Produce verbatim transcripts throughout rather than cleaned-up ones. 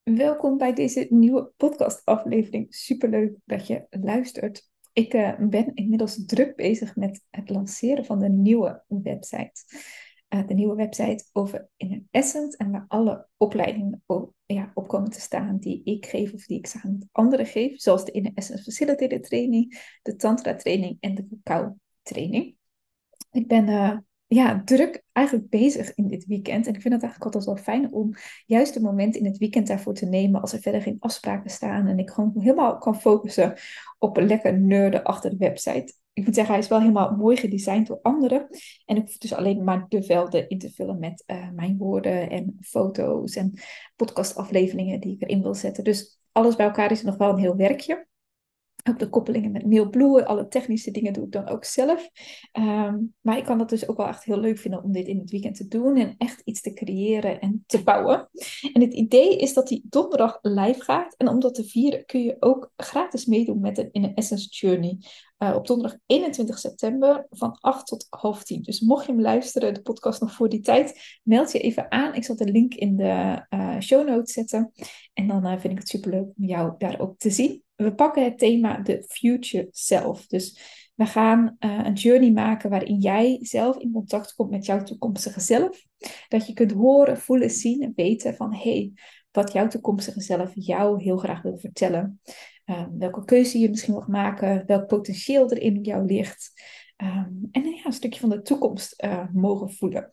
Welkom bij deze nieuwe podcastaflevering. Superleuk dat je luistert. Ik eh, ben inmiddels druk bezig met het lanceren van de nieuwe website. Eh, de nieuwe website over Inner Essence en waar alle opleidingen op, ja, op komen te staan die ik geef of die ik samen met anderen geef. Zoals de Inner Essence Facilitator training, de Tantra training en de Cacao training. Ik ben uh, ja, druk eigenlijk bezig in dit weekend. En ik vind het eigenlijk altijd wel fijn om juist een moment in het weekend daarvoor te nemen. Als er verder geen afspraken staan. En ik gewoon helemaal kan focussen op een lekker nerden achter de website. Ik moet zeggen, hij is wel helemaal mooi gedesigned door anderen. En ik hoef dus alleen maar de velden in te vullen met uh, mijn woorden en foto's en podcastafleveringen die ik erin wil zetten. Dus alles bij elkaar is nog wel een heel werkje. Ook de koppelingen met Mailblue, alle technische dingen doe ik dan ook zelf. Um, maar ik kan dat dus ook wel echt heel leuk vinden om dit in het weekend te doen en echt iets te creëren en te bouwen. En het idee is dat die donderdag live gaat. En om dat te vieren kun je ook gratis meedoen met een Inner Essence Journey. Uh, op donderdag eenentwintig september van acht tot half tien. Dus mocht je hem luisteren, de podcast nog voor die tijd, meld je even aan. Ik zal de link in de uh, show notes zetten. En dan uh, vind ik het superleuk om jou daar ook te zien. We pakken het thema de future self. Dus we gaan uh, een journey maken waarin jij zelf in contact komt met jouw toekomstige zelf. Dat je kunt horen, voelen, zien en weten van hé, hey, wat jouw toekomstige zelf jou heel graag wil vertellen. Uh, welke keuze je misschien mag maken, welk potentieel er in jou ligt. Um, en ja, een stukje van de toekomst uh, mogen voelen.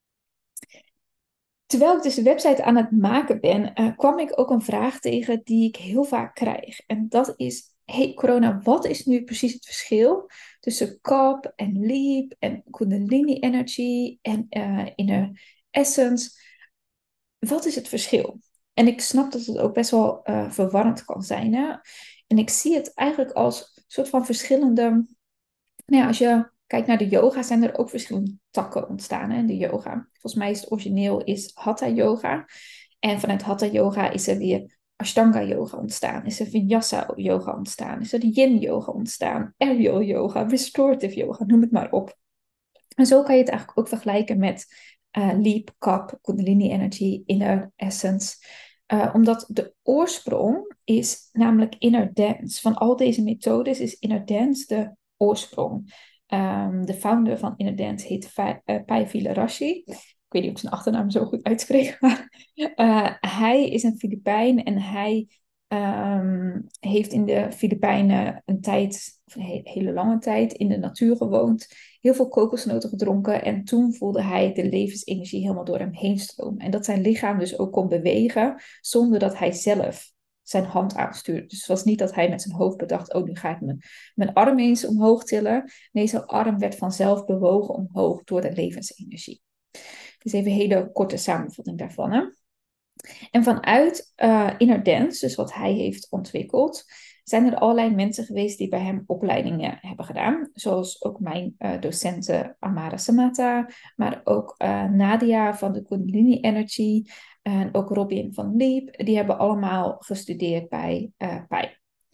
Terwijl ik dus de website aan het maken ben, uh, kwam ik ook een vraag tegen die ik heel vaak krijg. En dat is, hey corona, wat is nu precies het verschil tussen C A P en Leap en Kundalini Energy en uh, Inner Essence? Wat is het verschil? En ik snap dat het ook best wel uh, verwarrend kan zijn. Hè? En ik zie het eigenlijk als een soort van verschillende. Nou ja, als je kijkt naar de yoga, zijn er ook verschillende takken ontstaan hè, in de yoga. Volgens mij is het origineel is Hatha yoga. En vanuit Hatha yoga is er weer Ashtanga yoga ontstaan. Is er Vinyasa yoga ontstaan. Is er Yin yoga ontstaan. Aerial yoga, restorative yoga, noem het maar op. En zo kan je het eigenlijk ook vergelijken met uh, Leap, C A P, Kundalini Energy, Inner Essence. Uh, omdat de oorsprong is namelijk Inner Dance. Van al deze methodes is Inner Dance de oorsprong. Um, de founder van Inner Dance heet uh, Pai Vilarashi. Ik weet niet of ik zijn achternaam zo goed uitspreek, maar uh, hij is een Filipijn en hij um, heeft in de Filipijnen een tijd, of een hele lange tijd, in de natuur gewoond, heel veel kokosnoten gedronken en toen voelde hij de levensenergie helemaal door hem heen stromen. En dat zijn lichaam dus ook kon bewegen zonder dat hij zelf zijn hand aanstuurde. Dus het was niet dat hij met zijn hoofd bedacht, oh nu ga ik mijn, mijn arm eens omhoog tillen. Nee, zijn arm werd vanzelf bewogen omhoog door de levensenergie. Dus even een hele korte samenvatting daarvan. Hè? En vanuit uh, Inner Dance, dus wat hij heeft ontwikkeld, zijn er allerlei mensen geweest die bij hem opleidingen hebben gedaan. Zoals ook mijn uh, docenten Amara Samata, maar ook uh, Nadia van de Kundalini Energy en ook Robin van Leap. Die hebben allemaal gestudeerd bij uh, Pai.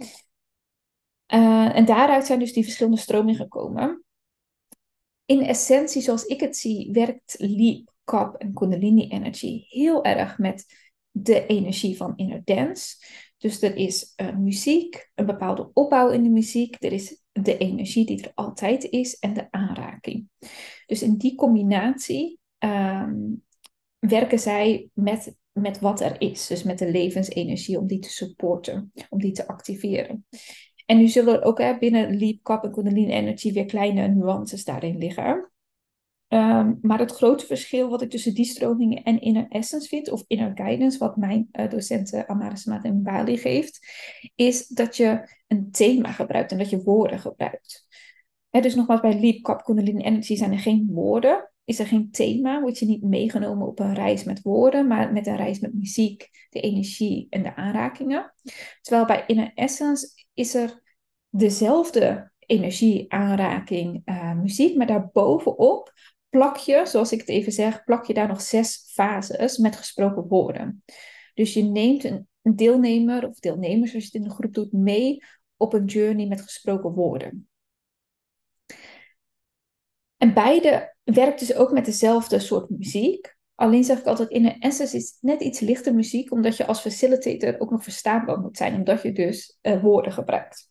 Uh, en daaruit zijn dus die verschillende stromingen gekomen. In essentie, zoals ik het zie, werkt Leap, C A P en Kundalini Energy heel erg met de energie van Inner Dance. Dus er is uh, muziek, een bepaalde opbouw in de muziek. Er is de energie die er altijd is en de aanraking. Dus in die combinatie um, werken zij met, met wat er is. Dus met de levensenergie om die te supporten, om die te activeren. En nu zullen er ook hè, binnen Leap, C A P en Kundalini Energy weer kleine nuances daarin liggen. Um, maar het grote verschil wat ik tussen die stromingen en Inner Essence vind, of Inner Guidance, wat mijn uh, docenten Amara Samata in Bali geeft, is dat je een thema gebruikt en dat je woorden gebruikt. Hè, dus nogmaals, bij Leap, C A P, Kundalini Energy zijn er geen woorden, is er geen thema, word je niet meegenomen op een reis met woorden, maar met een reis met muziek, de energie en de aanrakingen. Terwijl bij Inner Essence is er dezelfde energie, aanraking, uh, muziek, maar daarbovenop plak je, zoals ik het even zeg, plak je daar nog zes fases met gesproken woorden. Dus je neemt een, een deelnemer of deelnemers, als je het in een groep doet, mee op een journey met gesproken woorden. En beide werkt dus ook met dezelfde soort muziek. Alleen zeg ik altijd, Inner Essence is net iets lichter muziek, omdat je als facilitator ook nog verstaanbaar moet zijn, omdat je dus uh, woorden gebruikt.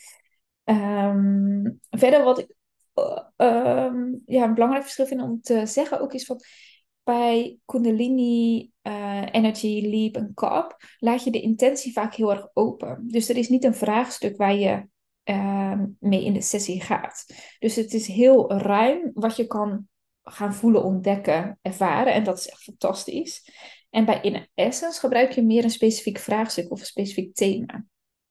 Um, verder wat ik uh, um, ja, een belangrijk verschil vind om te zeggen ook is van bij Kundalini, uh, Energy, Leap en Cup laat je de intentie vaak heel erg open. Dus er is niet een vraagstuk waar je uh, mee in de sessie gaat. Dus het is heel ruim wat je kan gaan voelen, ontdekken, ervaren. En dat is echt fantastisch. En bij Inner Essence gebruik je meer een specifiek vraagstuk of een specifiek thema.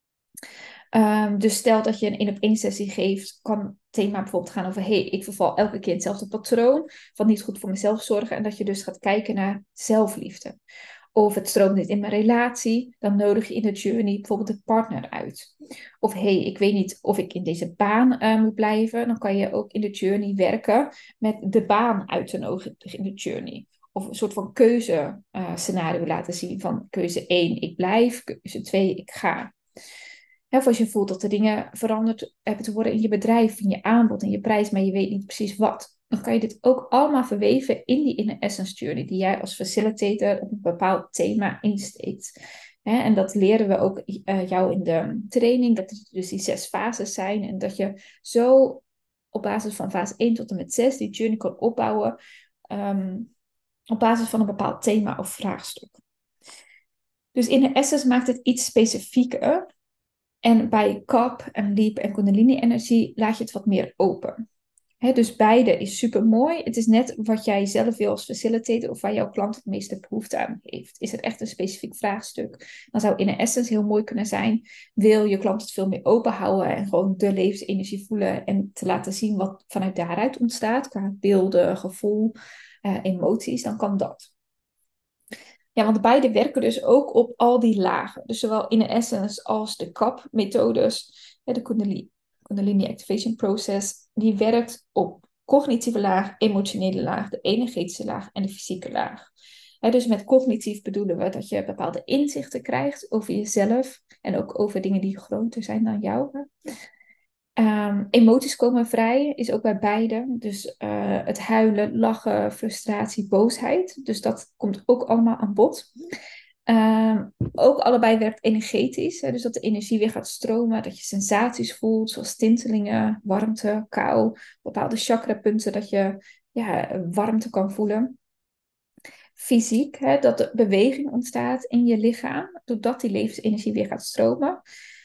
Um, dus stel dat je een één op één sessie geeft, kan het thema bijvoorbeeld gaan over, hey, ik verval elke keer hetzelfde patroon van niet goed voor mezelf zorgen en dat je dus gaat kijken naar zelfliefde. Of het stroomt niet in mijn relatie, dan nodig je in de journey bijvoorbeeld de partner uit. Of hey, ik weet niet of ik in deze baan uh, moet blijven, dan kan je ook in de journey werken met de baan uit te nodigen in de journey. Of een soort van keuze uh, scenario laten zien van keuze één, ik blijf, keuze twee, ik ga. Of als je voelt dat er dingen veranderd hebben te worden in je bedrijf, in je aanbod, in je prijs, maar je weet niet precies wat. Dan kan je dit ook allemaal verweven in die Inner Essence Journey, die jij als facilitator op een bepaald thema insteekt. En dat leren we ook uh, jou in de training, dat er dus die zes fases zijn en dat je zo op basis van fase één tot en met zes die journey kan opbouwen um, op basis van een bepaald thema of vraagstuk. Dus Inner Essence maakt het iets specifieker. En bij Cup en Leap en Kundalini-energie laat je het wat meer open. He, dus beide is super mooi. Het is net wat jij zelf wil als facilitator of waar jouw klant het meeste behoefte aan heeft. Is het echt een specifiek vraagstuk? Dan zou Inner Essence heel mooi kunnen zijn. Wil je klant het veel meer open houden en gewoon de levensenergie voelen en te laten zien wat vanuit daaruit ontstaat qua beelden, gevoel, uh, emoties, dan kan dat. Ja, want beide werken dus ook op al die lagen. Dus zowel Inner Essence als de C A P-methodes, de Kundalini, Kundalini Activation Process, die werkt op cognitieve laag, emotionele laag, de energetische laag en de fysieke laag. He, dus met cognitief bedoelen we dat je bepaalde inzichten krijgt over jezelf en ook over dingen die groter zijn dan jou. Um, emoties komen vrij, is ook bij beide. Dus uh, het huilen, lachen, frustratie, boosheid. Dus dat komt ook allemaal aan bod. Um, ook allebei werkt energetisch. Hè, dus dat de energie weer gaat stromen. Dat je sensaties voelt, zoals tintelingen, warmte, kou. Bepaalde chakrapunten, dat je ja, warmte kan voelen. Fysiek, hè, dat er beweging ontstaat in je lichaam. Doordat die levensenergie weer gaat stromen.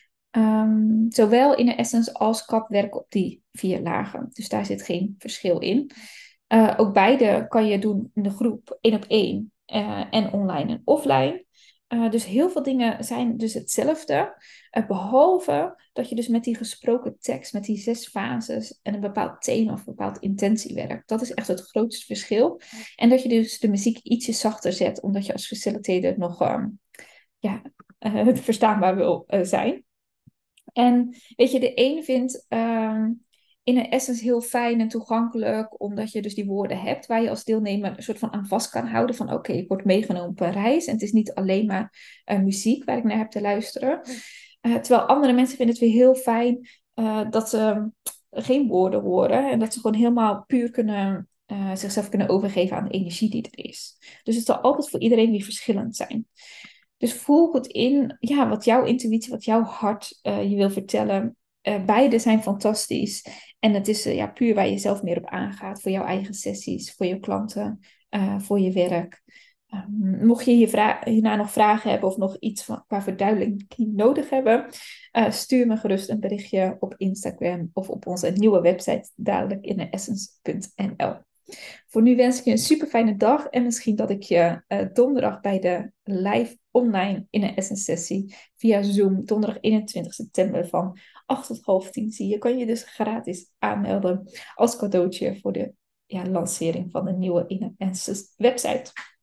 Um, zowel Inner Essence als C A P werken op die vier lagen. Dus daar zit geen verschil in. Uh, ook beide kan je doen in de groep één op één uh, en online en offline. Uh, dus heel veel dingen zijn dus hetzelfde. Uh, behalve dat je dus met die gesproken tekst, met die zes fases en een bepaald thema of een bepaalde intentie werkt. Dat is echt het grootste verschil. En dat je dus de muziek ietsje zachter zet, omdat je als facilitator nog um, ja, uh, verstaanbaar wil uh, zijn. En weet je, de een vindt um, Inner Essence heel fijn en toegankelijk, omdat je dus die woorden hebt waar je als deelnemer een soort van aan vast kan houden. Van oké, okay, ik word meegenomen op een reis. En het is niet alleen maar uh, muziek waar ik naar heb te luisteren. Uh, terwijl andere mensen vinden het weer heel fijn uh, dat ze um, geen woorden horen. En dat ze gewoon helemaal puur kunnen, uh, zichzelf kunnen overgeven aan de energie die er is. Dus het zal altijd voor iedereen weer verschillend zijn. Dus voel goed in ja, wat jouw intuïtie, wat jouw hart uh, je wil vertellen. Uh, beide zijn fantastisch. En het is uh, ja, puur waar je zelf meer op aangaat. Voor jouw eigen sessies, voor je klanten, uh, voor je werk. Um, mocht je hier vra- hierna nog vragen hebben of nog iets van, qua verduidelijking nodig hebben, uh, stuur me gerust een berichtje op Instagram of op onze nieuwe website dadelijk inneressence punt n l. Voor nu wens ik je een super fijne dag en misschien dat ik je uh, donderdag bij de live online Inner Essence sessie via Zoom donderdag eenentwintig september van acht tot half tien zie je. Kan je dus gratis aanmelden als cadeautje voor de ja, lancering van de nieuwe Inner Essence website.